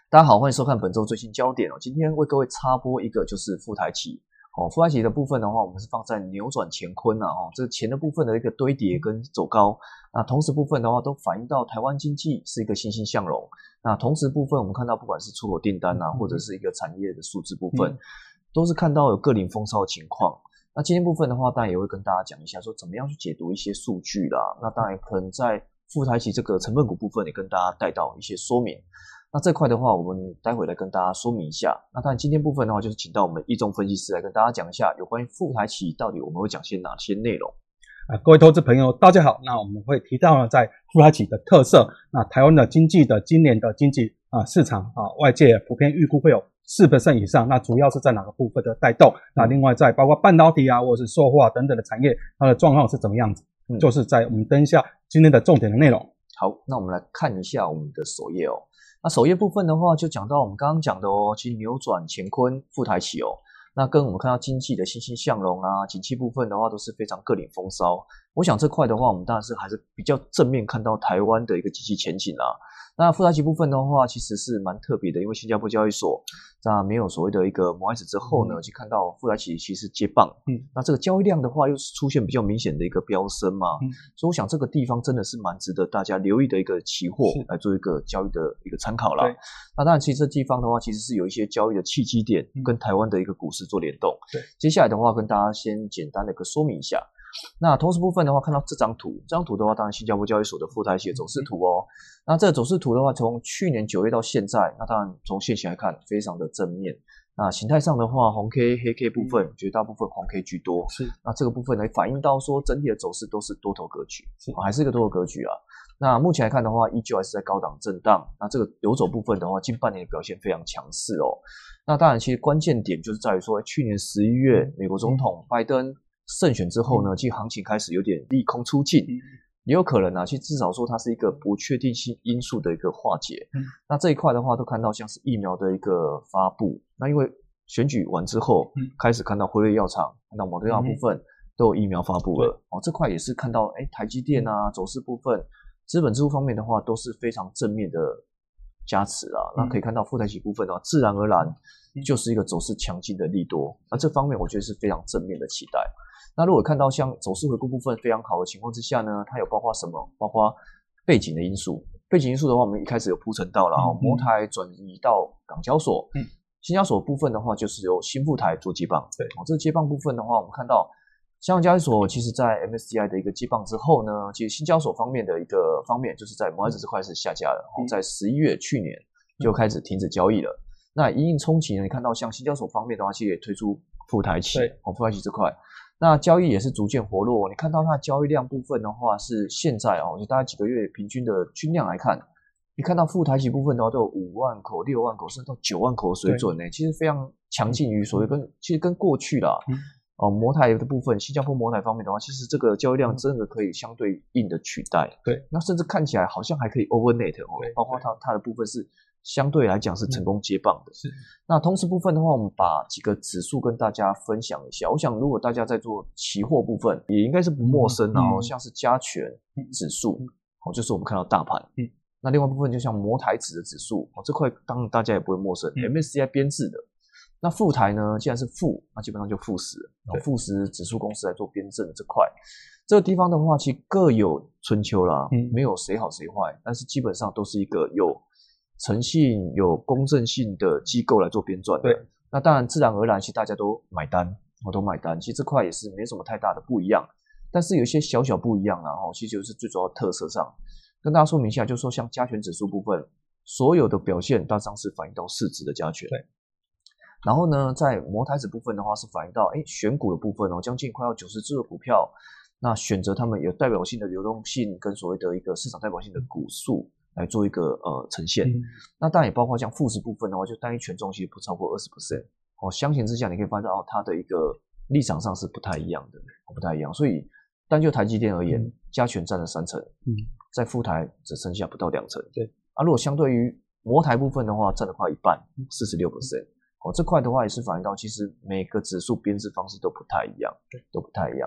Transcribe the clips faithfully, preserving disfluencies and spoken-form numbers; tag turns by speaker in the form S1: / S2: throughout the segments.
S1: 大家好，欢迎收看本周最新焦点哦。今天为各位插播一个就是富台期哦，富台期的部分的话，我们是放在扭转乾坤啊哦，这个钱的部分的一个堆叠跟走高。那同时部分的话，都反映到台湾经济是一个欣欣向荣。那同时部分我们看到，不管是出口订单啊，或者是一个产业的数字部分，都是看到有各领风骚的情况。那今天部分的话，当然也会跟大家讲一下，说怎么样去解读一些数据啦。那当然可能在富台期这个成分股部分，也跟大家带到一些说明。那这块的话，我们待会来跟大家说明一下。那当然今天部分的话，就是请到我们易中分析师来跟大家讲一下有关于富台期到底我们会讲些哪些内容。
S2: 啊，各位投资朋友，大家好。那我们会提到呢，在富台期的特色，那台湾的经济的今年的经济啊市场啊，外界普遍预估会有 百分之四 以上。那主要是在哪个部分的带动？那另外在包括半导体啊，或者是塑化等等的产业，它的状况是怎么样子？嗯、就是在我们登一下今天的重点的内容。
S1: 好，那我们来看一下我们的首页哦。那首页部分的话，就讲到我们刚刚讲的哦，其实扭转乾坤富台期哦。那跟我们看到经济的欣欣向荣啊，景气部分的话都是非常各领风骚。我想这块的话，我们当然是还是比较正面看到台湾的一个经济前景啦。那富台期部分的话，其实是蛮特别的，因为新加坡交易所在没有所谓的一个摩艾子之后呢，去、嗯、看到富台期其实接棒，嗯，那这个交易量的话又是出现比较明显的一个飙升嘛，嗯，所以我想这个地方真的是蛮值得大家留意的一个期货来做一个交易的一个参考啦。那当然，其实这地方的话，其实是有一些交易的契机点跟台湾的一个股市做联动。对，接下来的话跟大家先简单的一个说明一下。那同时部分的话，看到这张图，这张图的话，当然新加坡交易所的富台期的走势图哦。那这个走势图的话，从去年九月到现在，那当然从线型来看，非常的正面。那形态上的话，红 K、黑 K 部分，绝大部分红 K 居多。是，那这个部分呢，反映到说整体的走势都是多头格局，是、哦、还是一个多头格局啊。那目前来看的话，依旧还是在高档震荡。那这个游走部分的话，近半年的表现非常强势哦。那当然，其实关键点就是在于说，去年十一月美国总统拜登胜选之后呢，其实行情开始有点利空出尽，也有可能啊，其实至少说它是一个不确定性因素的一个化解。嗯、那这一块的话，都看到像是疫苗的一个发布。那因为选举完之后，嗯、开始看到辉瑞药厂、看到莫德纳部分、嗯、都有疫苗发布了。哦，这块也是看到，哎，台积电啊，走势部分、资本支出方面的话，都是非常正面的加持啊。嗯、那可以看到富台期部分的话，自然而然就是一个走势强劲的利多。那这方面我觉得是非常正面的期待。那如果看到像走势回顾部分非常好的情况之下呢，它有包括什么？包括背景的因素。背景因素的话，我们一开始有铺陈到了哈，摩台转移到港交所，嗯，新交所部分的话就是由新富台做接棒。对，哦，这个接棒部分的话，我们看到香港交易所其实在 M S C I 的一个接棒之后呢，其实新交所方面的一个方面就是在摩艾子这块是下架了，嗯、在十一月去年就开始停止交易了。嗯、那因应冲击呢，你看到像新交所方面的话，其实也推出富台期，哦，富台期这块。那交易也是逐渐活络，你看到它的交易量部分的话，是现在哦，就大概几个月平均的均量来看，你看到富台期部分的话，都有五万口、六万口，甚至到九万口的水准呢，其实非常强劲于所谓跟、嗯、其实跟过去啦，嗯、哦摩台的部分，新加坡摩台方面的话，其实这个交易量真的可以相对应的取代。对，那甚至看起来好像还可以 overnight 哦，包括它它的部分是相对来讲是成功接棒的。是。那同时部分的话，我们把几个指数跟大家分享一下。我想，如果大家在做期货部分，也应该是不陌生的哦，嗯、像是加权指数，哦，就是我们看到大盘。嗯。那另外部分就像摩台指的指数，哦，这块当然大家也不会陌生。嗯、M S C I 编制的。那富台呢，既然是富，那基本上就富时，哦，富时指数公司来做编证的这块。这个地方的话，其实各有春秋啦，嗯、没有谁好谁坏，但是基本上都是一个有诚信、有公正性的机构来做编撰的。对，那当然自然而然，其实大家都买单，我都买单。其实这块也是没什么太大的不一样，但是有一些小小不一样啦。哦，其实就是最主要的特色上，跟大家说明一下，就是说像加权指数部分，所有的表现大致上是反映到市值的加权。对。然后呢，在摩台指部分的话，是反映到哎选股的部分哦，将近快要九十只的股票，那选择他们有代表性的流动性跟所谓的一个市场代表性的股数。来做一个呃呈现，嗯、那当然也包括像富时部分的话，就单一权重其实不超过 百分之二十 哦。相形之下，你可以发现到它的一个立场上是不太一样的，不太一样。所以单就台积电而言，嗯、加权占了三成，嗯，在富台只剩下不到两成。对啊，如果相对于摩台部分的话，占了快一半， 百分之四十六。哦，这块的话也是反映到其实每个指数编制方式都不太一样，对，都不太一样。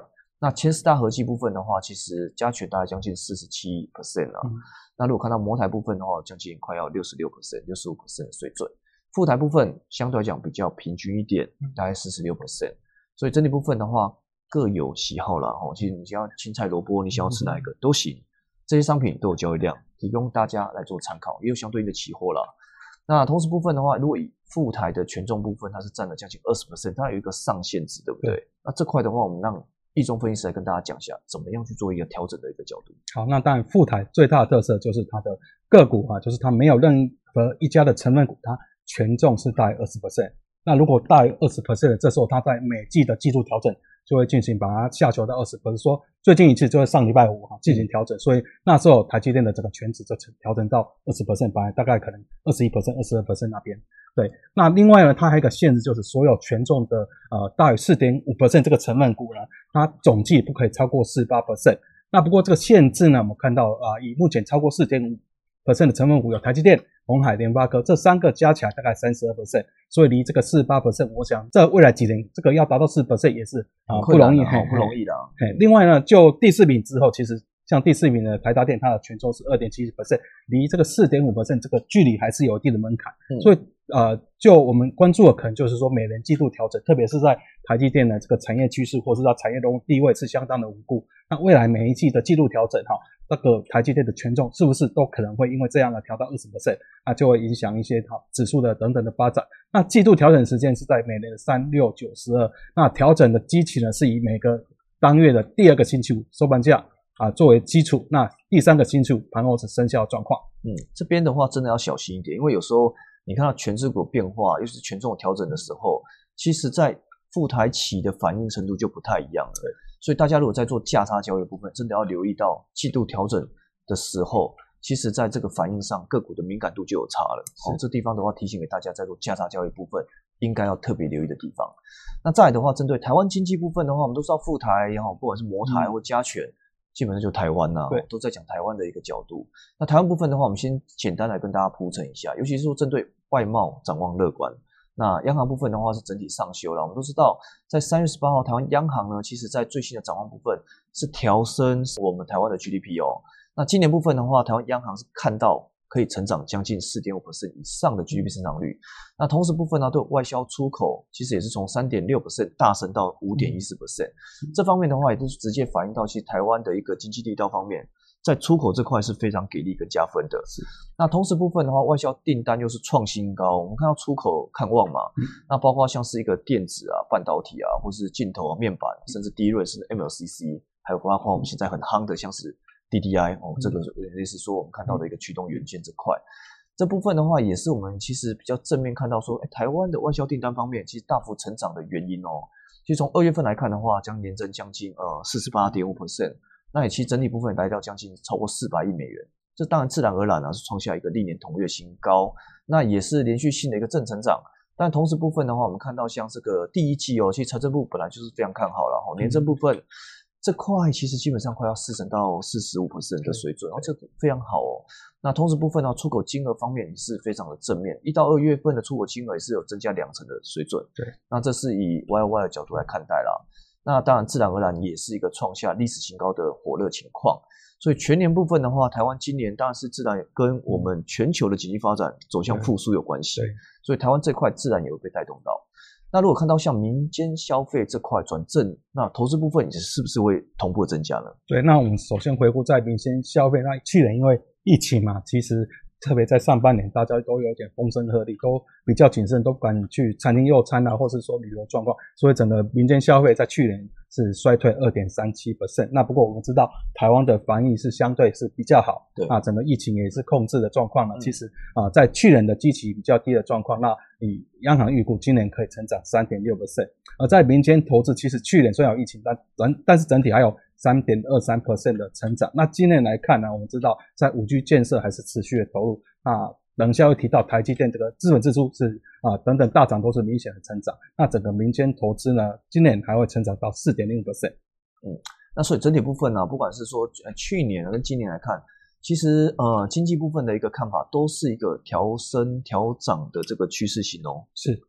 S1: 那前十大合计部分的话，其实加权大概将近 百分之四十七 啊、嗯。那如果看到摩台部分的话，将近快要 百分之六十六 百分之六十五 的水准。富台部分相对来讲比较平均一点，大概 百分之四十六。所以整体部分的话各有喜好啦，其实你想要青菜萝卜，你想要吃哪一个都行。这些商品都有交易量，提供大家来做参考，也有相对应的期货啦。那同时部分的话，如果以富台的权重部分，它是占了将近 百分之二十， 它有一个上限值，对不对？那这块的话，我们让易中分析师来跟大家讲一下，怎么样去做一个调整的一个角度。
S2: 好，那当然富台最大的特色就是它的个股啊，就是它没有任何一家的成分股，它权重是大于 百分之二十。那如果大于 百分之二十 的，这时候它在每季的季度调整就会进行把它下修到 百分之二十， 说最近一次就是上礼拜五进行调整，所以那时候台积电的这个权值就调整到 百分之二十， 本来大概可能 百分之二十一 百分之二十二 那边。对，那另外呢，它还有一个限制，就是所有权重的呃大于 百分之四点五 这个成分股呢，它总计不可以超过 百分之四十八。 那不过这个限制呢，我们看到啊、呃，以目前超过 百分之四点五 的成分股有台积电、鸿海、联发科这三个加起来大概 百分之三十二， 所以离这个 百分之四十八， 我想这未来几年这个要达到 百分之四 也是啊、呃、不容易，
S1: 不容易的、啊。
S2: 另外呢，就第四名之后，其实像第四名的台达电，它的权重是 百分之二点七零， 离这个 百分之四点五 这个距离还是有一定的门槛。嗯、所以呃，就我们关注的可能就是说每年季度调整，特别是在台积电的这个产业趋势或是它产业中地位是相当的稳固。那未来每一季的季度调整哈，那个台积电的权重是不是都可能会因为这样的调到 百分之二十， 那就会影响一些好指数的等等的发展。那季度调整时间是在每年的三、六、九、十二，那调整的基期呢是以每个当月的第二个星期五收盘价啊作为基础，那第三个星期五盘后是生效状况。
S1: 嗯，这边的话真的要小心一点，因为有时候你看到权值股变化，尤其是权重调整的时候，其实在富台期的反应程度就不太一样了。所以大家如果在做价差交易的部分，真的要留意到季度调整的时候，其实在这个反应上个股的敏感度就有差了。哦，这地方的话提醒给大家，在做价差交易部分应该要特别留意的地方。那再来的话，针对台湾经济部分的话，我们都知道富台也好，不管是摩台或加权，嗯、基本上就台湾呐、啊，都在讲台湾的一个角度。那台湾部分的话，我们先简单来跟大家铺陈一下，尤其是说针对外贸展望乐观。那央行部分的话是整体上修了，我们都知道，在三月十八号，台湾央行呢，其实在最新的展望部分是调升我们台湾的 G D P 哦。那今年部分的话，台湾央行是看到可以成长将近 百分之四点五 以上的 G D P 成长率。那同时部分呢，对外销出口其实也是从 百分之三点六 大升到 百分之五点一四， 这方面的话也都是直接反映到其实台湾的一个经济力道方面。在出口这块是非常给力跟加分的。是，那同时部分的话，外销订单又是创新高，我们看到出口看旺嘛，嗯、那包括像是一个电子啊、半导体啊，或是镜头啊、面板，甚至第一轮是 M L C C， 还有包括我们现在很夯的像是 D D I 哦，这个类似说我们看到的一个驱动元件这块，这部分的话也是我们其实比较正面看到说，哎，台湾的外销订单方面其实大幅成长的原因哦。其实从二月份来看的话，将年增将近呃 百分之四十八点五。那也其实整体部分来到将近超过四百亿美元，这当然自然而然啊是创下一个历年同月新高，那也是连续性的一个正成长。但同时部分的话，我们看到像这个第一季哦，其实财政部本来就是非常看好了哈，年增部分这块其实基本上快要四成到 百分之四十五 的水准，然后这个非常好哦。那同时部分呢，出口金额方面也是非常的正面，一到二月份的出口金额也是有增加两成的水准。对，那这是以 Y O Y 的角度来看待啦。那当然，自然而然也是一个创下历史新高的火热情况。所以全年部分的话，台湾今年当然是自然跟我们全球的经济发展走向复苏有关系。对，所以台湾这块自然也会被带动到。那如果看到像民间消费这块转正，那投资部分也是不是会同步增加呢？
S2: 对，那我们首先回顾在民间消费，那去年因为疫情嘛，其实特别在上半年，大家都有点风声鹤唳，都比较谨慎，都不敢去餐厅用餐啊，或是说旅游状况，所以整个民间消费在去年是衰退 百分之二点三七。那不过我们知道台湾的防疫是相对是比较好，对啊，整个疫情也是控制的状况了。嗯、其实啊，在去年的基期比较低的状况，那以央行预估今年可以成长 百分之三点六。而在民间投资，其实去年虽然有疫情，但但是整体还有 百分之三点二三 的成长。那今年来看呢，我们知道在 五 G 建设还是持续的投入。那等一下会提到台积电这个资本支出是啊等等大涨都是明显的成长。那整个民间投资呢，今年还会成长到 百分之四点零五。
S1: 嗯，那所以整体部分呢、啊，不管是说呃去年跟今年来看，其实呃经济部分的一个看法都是一个调升调涨的这个趋势型哦。
S2: 是。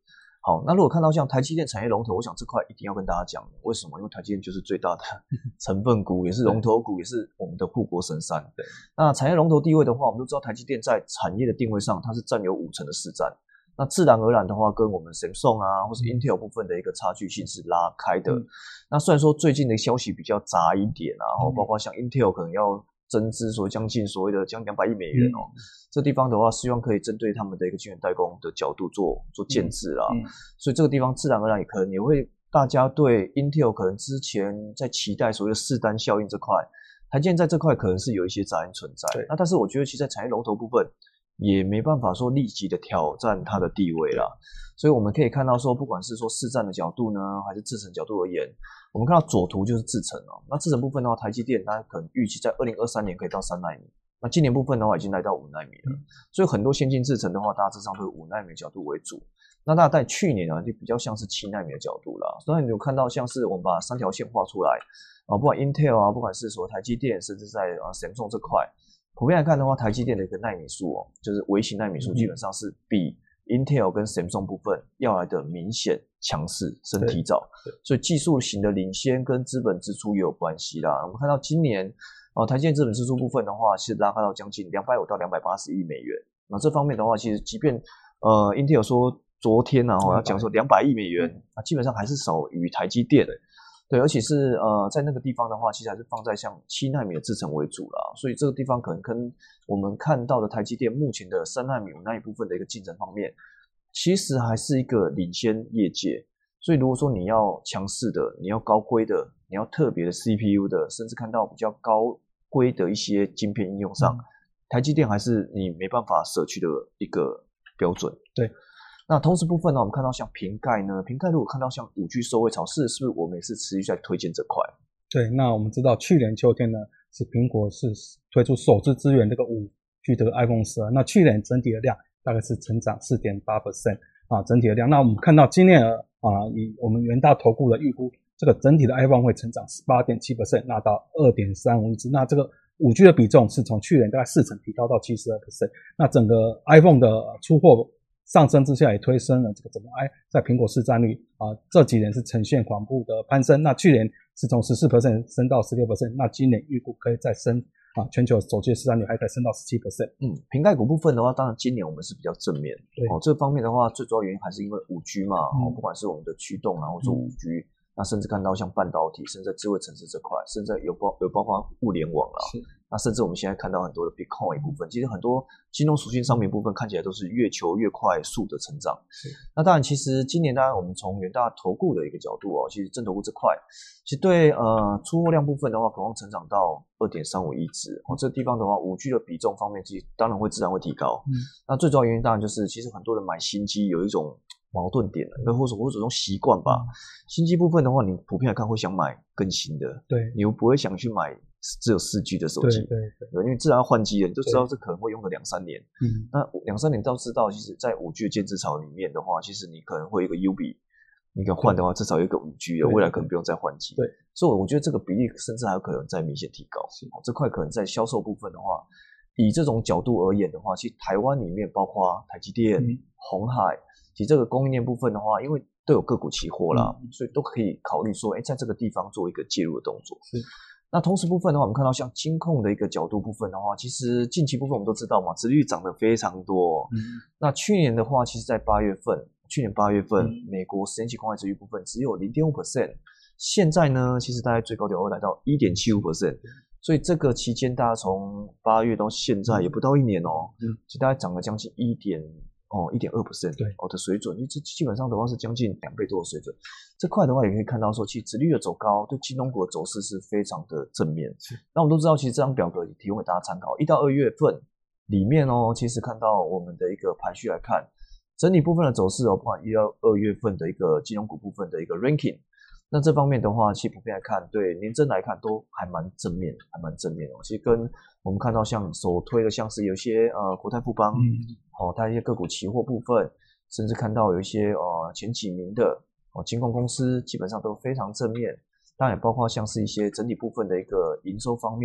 S1: 好，那如果看到像台积电产业龙头，我想这块一定要跟大家讲，为什么？因为台积电就是最大的成分股，也是龙头股，也是我们的护国神山。对，那产业龙头地位的话，我们都知道台积电在产业的定位上，它是占有五成的市占。那自然而然的话，跟我们 Samsung 啊，或是 Intel 部分的一个差距性是拉开的。嗯、那虽然说最近的消息比较杂一点啊，然后包括像 Intel 可能要增资所将近所谓的将两百亿美元哦，嗯、这地方的话，希望可以针对他们的一个晶圆代工的角度做做建制啦。嗯嗯、所以这个地方自然而然也可能也会大家对 Intel 可能之前在期待所谓的四单效应这块，台积电在这块可能是有一些杂音存在。那但是我觉得其实在产业龙头部分。也没办法说立即的挑战它的地位啦，所以我们可以看到说，不管是说市占的角度呢，还是制程角度而言，我们看到左图就是制程哦。那制程部分的话，台积电它可能预期在二零二三年可以到三奈米，那今年部分的话已经来到五奈米了。所以很多先进制程的话，大致上都是五奈米的角度为主。那大概在去年呢，就比较像是七奈米的角度啦。所以你有看到像是我们把三条线画出来啊，不管 Intel 啊，不管是说台积电，甚至在啊 Samsung 这块。普遍来看的话，台积电的一个奈米数哦，就是微型奈米数，基本上是比 Intel 跟 Samsung 部分要来的明显强势，甚至提早。所以技术型的领先跟资本支出也有关系啦。我们看到今年哦，台积电资本支出部分的话，是拉开到将近两百五到两百八十亿美元。那这方面的话，其实即便呃 Intel 说昨天呢、啊，哦要讲说两百亿美元，啊，基本上还是少于台积电的。对，而且是呃，在那个地方的话，其实还是放在像七奈米的制程为主啦，所以这个地方可能跟我们看到的台积电目前的三奈米、五奈米部分的一个竞争方面，其实还是一个领先业界。所以如果说你要强势的，你要高规的，你要特别的 C P U 的，甚至看到比较高规的一些晶片应用上，嗯、台积电还是你没办法舍去的一个标准。
S2: 对。
S1: 那同时部分呢，我们看到像瓶盖呢，瓶盖如果看到像 五 G 收位潮，是是不是我们也是持续在推荐这块？
S2: 对，那我们知道去年秋天呢，是苹果是推出首次支援这个 五 G 的 iPhone 十二，那去年整体的量大概是成长 百分之四点八 啊，整体的量。那我们看到今年啊，以我们元大投顾的预估，这个整体的 iPhone 会成长 百分之十八点七， 那到 二点三五亿只，那这个五 G 的比重是从去年大概四成提高到 百分之七十二， 那整个 iPhone 的出货上升之下，也推升了这个整个 i 在苹果市占率啊，这几年是呈现缓步的攀升。那去年是从 百分之十四 升到 百分之十六， 那今年预估可以再升啊，全球手机的市占率还可以升到 百分之十七。
S1: 嗯，瓶盖股部分的话，当然今年我们是比较正面。对哦，这方面的话，最主要原因还是因为 五 G 嘛，嗯、哦，不管是我们的驱动啊，或者 五 G，、嗯、那甚至看到像半导体，甚至在智慧城市这块，甚至有包有包括物联网啊。那甚至我们现在看到很多的 Bitcoin 部分，其实很多金融属性商品部分看起来都是越求越快速的成长。那当然，其实今年当然我们从元大投顾的一个角度哦，其实正投顾这块，其实对呃出货量部分的话，渴望成长到 二点三五亿只哦，这个地方的话 ，五 G 的比重方面，其实当然会自然会提高。嗯，那最主要原因当然就是其实很多人买新机有一种矛盾点，或者或者一种习惯吧。新机部分的话，你普遍来看会想买更新的，
S2: 对，
S1: 你又不会想去买只有 四 G 的手机，
S2: 对对对，
S1: 因为自然要换机了，你就知道这可能会用个两三年。嗯，那两三年都知道，其实在 五 G 的建制潮里面的话，其实你可能会有一个 U B， 你可换的话至少有一个 五 G 的，未来可能不用再换机。
S2: 对，
S1: 所以我觉得这个比例甚至还有可能再明显提高。哦，这块可能在销售部分的话，以这种角度而言的话，其实台湾里面包括台积电、嗯、鸿海，其实这个供应链部分的话，因为都有个股期货啦，嗯、所以都可以考虑说，哎，在这个地方做一个介入的动作。
S2: 是。
S1: 那同时部分的话，我们看到像金控的一个角度部分的话，其实近期部分我们都知道嘛，殖利率涨得非常多。嗯，那去年的话，其实在八月份，去年八月份，嗯、美国十年期公债殖利率部分只有 百分之零点五， 现在呢，其实大概最高点会来到 百分之一点七五， 所以这个期间大家从八月到现在也不到一年哦，嗯，其实大概涨了将近一点哦 百分之一点二 对哦的水准，因为这基本上的话是将近两倍多的水准。这块的话也可以看到说，其实殖利率的走高对金融股的走势是非常的正面。那我们都知道，其实这张表格也提供给大家参考。一到二月份里面哦，其实看到我们的一个排序来看，整体部分的走势哦，不管一到二月份的一个金融股部分的一个 ranking， 那这方面的话，其实普遍来看，对年增来看都还蛮正面，还蛮正面哦。其实跟我们看到像首推的，像是有些呃国泰富邦，嗯，哦，它一些个股期货部分，甚至看到有一些呃前几名的。哦，金控公司基本上都非常正面，当然也包括像是一些整体部分的一个营收方面，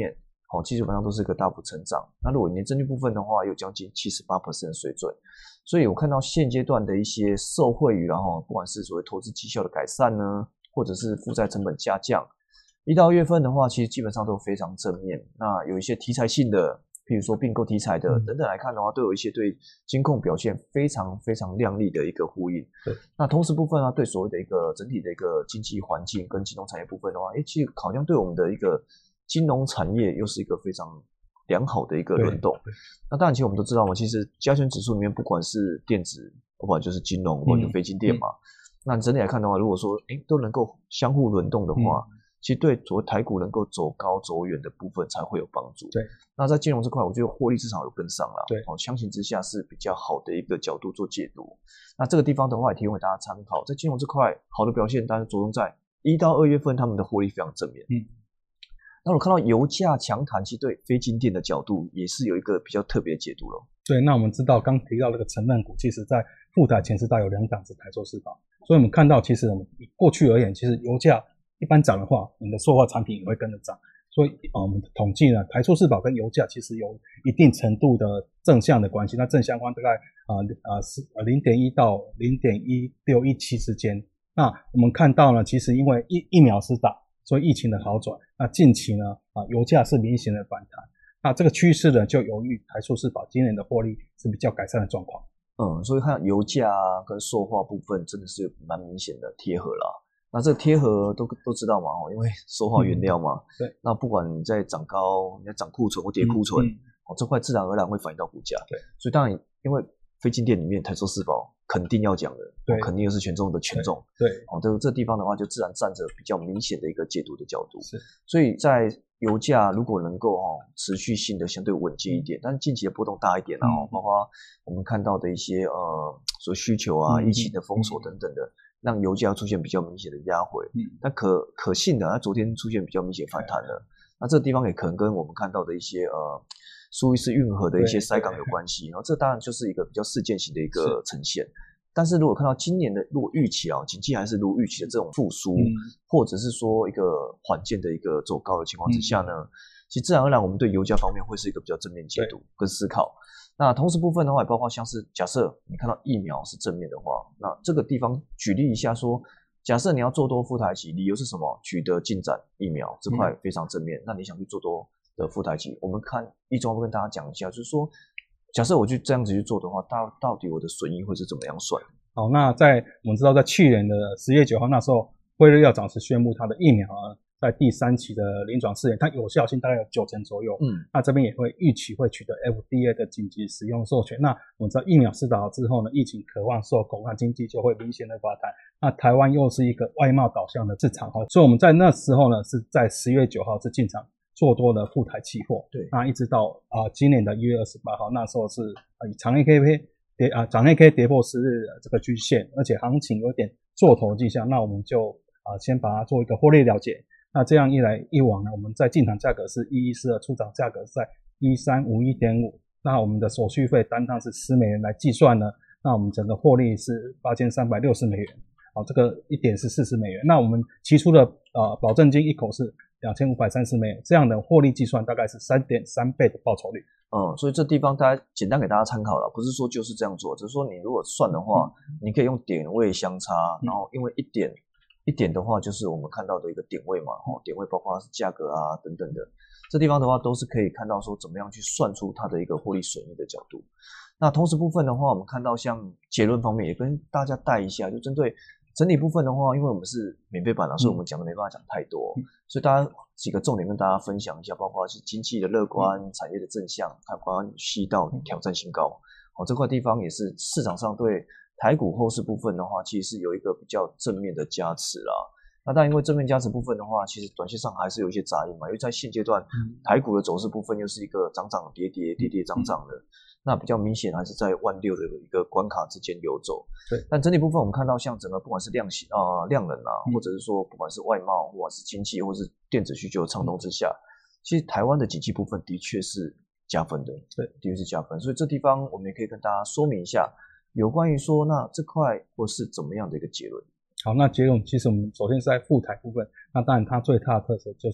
S1: 好，基本上都是一个大幅成长。那如果年增率部分的话，有将近 百分之七十八 的水准。所以我看到现阶段的一些受惠于然后不管是所谓投资绩效的改善呢，或者是负债成本下降，一到二月份的话，其实基本上都非常正面。那有一些题材性的，譬如说并购题材的等等来看的话，都有一些对金控表现非常非常亮丽的一个呼应。
S2: 对，
S1: 那同时部分呢、啊，对所谓的一个整体的一个经济环境跟金融产业部分的话，诶，其实好像对我们的一个金融产业又是一个非常良好的一个轮动。那当然，其实我们都知道嘛，其实加权指数里面不管是电子，不管就是金融，或者就非金电嘛。嗯嗯、那整体来看的话，如果说诶都能够相互轮动的话，嗯、其实对所谓台股能够走高走远的部分才会有帮助。
S2: 对。
S1: 那在金融这块，我觉得获利至少有跟上了。
S2: 对。
S1: 哦，相形之下是比较好的一个角度做解读。那这个地方的话，也提供给大家参考。在金融这块好的表现，当然着重在一到二月份他们的获利非常正面。嗯。那我看到油价强弹，其实对非金电的角度也是有一个比较特别的解读了。
S2: 对，那我们知道刚提到那个成分股，其实在富台前四大有两档是台塑四宝，所以我们看到其实我们以过去而言，其实油价一般涨的话，你的塑化产品也会跟着涨。所以呃，我们的统计呢，台塑四宝跟油价其实有一定程度的正向的关系。那正相关大概呃呃是呃零点一到零点一六一七之间。那我们看到呢，其实因为疫疫苗施打，所以疫情的好转，那近期呢啊、呃、油价是明显的反弹。那这个趋势呢，就由于台塑四宝今年的获利是比较改善的状况。
S1: 嗯，所以看油价跟塑化部分真的是蛮明显的贴合啦。那这个贴合都都知道嘛，因为塑化原料嘛，嗯、
S2: 对。
S1: 那不管你在涨高，你在涨库存或跌库存，嗯嗯、哦，这块自然而然会反映到股价。
S2: 对。
S1: 所以当然，因为非金电里面台塑四宝肯定要讲的，
S2: 对、
S1: 哦，肯定又是权重的权重。
S2: 对。
S1: 哦，这这地方的话，就自然站着比较明显的一个解读的角度。
S2: 是。
S1: 所以在油价如果能够哦持续性的相对稳健一点，但是近期的波动大一点啊，嗯、包括我们看到的一些呃所需求啊、嗯、疫情的封锁等等的。嗯让油价出现比较明显的压回，嗯，但可可信的，它昨天出现比较明显反弹了。那这个地方也可能跟我们看到的一些呃苏伊士运河的一些塞港有关系。然后这当然就是一个比较事件型的一个呈现。但是如果看到今年的如果预期啊，经济还是如预期的这种复苏，嗯、或者是说一个缓健的一个走高的情况之下呢，嗯、其实自然而然我们对油价方面会是一个比较正面解读跟思考。那同时部分的话，也包括像是假设你看到疫苗是正面的话，那这个地方举例一下说，假设你要做多富台期，理由是什么？取得进展疫苗这块非常正面，嗯、那你想去做多的富台期，我们看一中会跟大家讲一下，就是说，假设我去这样子去做的话，到到底我的损益会是怎么样算？
S2: 好，那在我们知道，在去年的十月九号那时候，辉瑞药厂是宣布它的疫苗啊。在第三期的临床试验，它有效性大概有九成左右。嗯，那这边也会预期会取得 F D A 的紧急使用授权。那我们知道疫苗施打之后呢，疫情渴望受控，那经济就会明显的发展。那台湾又是一个外贸导向的市场，所以我们在那时候呢，是在十月九号是进场做多的富台期货。
S1: 对，
S2: 那一直到啊、呃、今年的一月二十八号，那时候是以长黑 K K 跌啊长黑 K 跌破十日这个均线，而且行情有点做头迹象，那我们就啊、呃、先把它做一个获利了结。那这样一来一往呢，我们在进场价格是一一四二，出场价格在一三五一点五。那我们的手续费单趟是十美元来计算呢，那我们整个获利是八千三百六十美元。好，这个一点是四十美元。那我们期初的呃保证金一口是两千五百三十美元，这样的获利计算大概是 三点三倍的报酬率。
S1: 嗯，所以这地方大家简单给大家参考了，不是说就是这样做，只是说你如果算的话，嗯、你可以用点位相差，然后因为一点。一点的话就是我们看到的一个点位嘛，哦，点位包括是价格啊等等的，这地方的话都是可以看到说怎么样去算出它的一个获利损益的角度。那同时部分的话，我们看到像结论方面也跟大家带一下，就针对整体部分的话，因为我们是免费版啊，所以我们讲的没办法讲太多，嗯、所以大家几个重点跟大家分享一下，包括是经济的乐观、嗯、产业的正向，还有包括细到挑战新高，哦，这块地方也是市场上对台股后市部分的话，其实是有一个比较正面的加持啦。那但因为正面加持部分的话，其实短线上还是有一些杂音嘛，因为在现阶段，嗯、台股的走势部分又是一个涨涨跌跌、跌跌涨涨的，嗯、那比较明显还是在万六的一个关卡之间游走。
S2: 对，
S1: 但整体部分我们看到，像整个不管是量型啊、呃、量能啊，嗯、或者是说不管是外贸，或者是经济，或者是电子需求的畅通之下，嗯、其实台湾的景气部分的确是加分的，
S2: 对，
S1: 的确是加分。所以这地方我们也可以跟大家说明一下。有关于说，那这块或是怎么样的一个结论？
S2: 好，那结论其实我们首先是在富台部分，那当然它最大的特色就是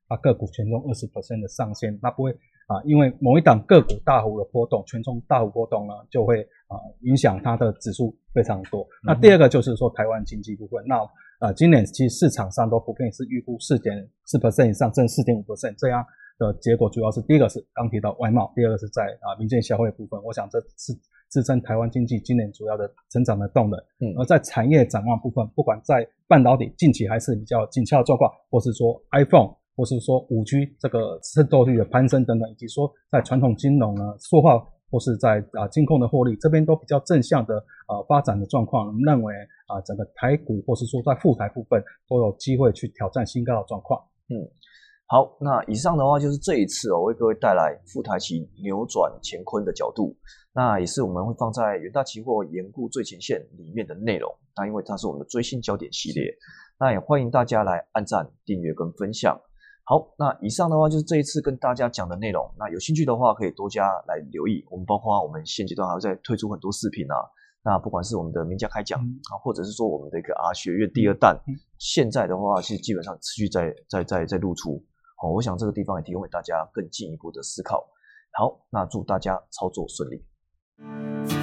S2: 啊个股权重 百分之二十 的上限，那不会啊因为某一档个股大幅的波动，权重大幅波动呢，就会啊影响它的指数非常多。嗯、那第二个就是说台湾经济部分，那呃今年其实市场上都普遍是预估 百分之四点四 以上，甚至 百分之四点五 这样的结果，主要是第一个是刚提到外贸，第二个是在啊民间消费部分，我想这是支撑台湾经济今年主要的成长的动能。嗯，而在产业展望部分，不管在半导体近期还是比较紧俏的状况，或是说 iPhone， 或是说 五 G 这个渗透率的攀升等等，以及说在传统金融呢塑化或是在啊金控的获利，这边都比较正向的呃发展的状况，我们认为啊整个台股或是说在富台部分都有机会去挑战新高的状况。
S1: 嗯。好，那以上的话就是这一次哦，为各位带来富台期扭转乾坤的角度，那也是我们会放在元大期货研顾最前线里面的内容。那因为它是我们的追星焦点系列，那也欢迎大家来按赞、订阅跟分享。好，那以上的话就是这一次跟大家讲的内容。那有兴趣的话可以多加来留意，我们包括我们现阶段还会再推出很多视频啊。那不管是我们的名家开讲、嗯、啊，或者是说我们的一个 R 学院第二弹，嗯、现在的话是基本上持续在在在在露出。好，我想这个地方也提供给大家更进一步的思考。好，那祝大家操作顺利。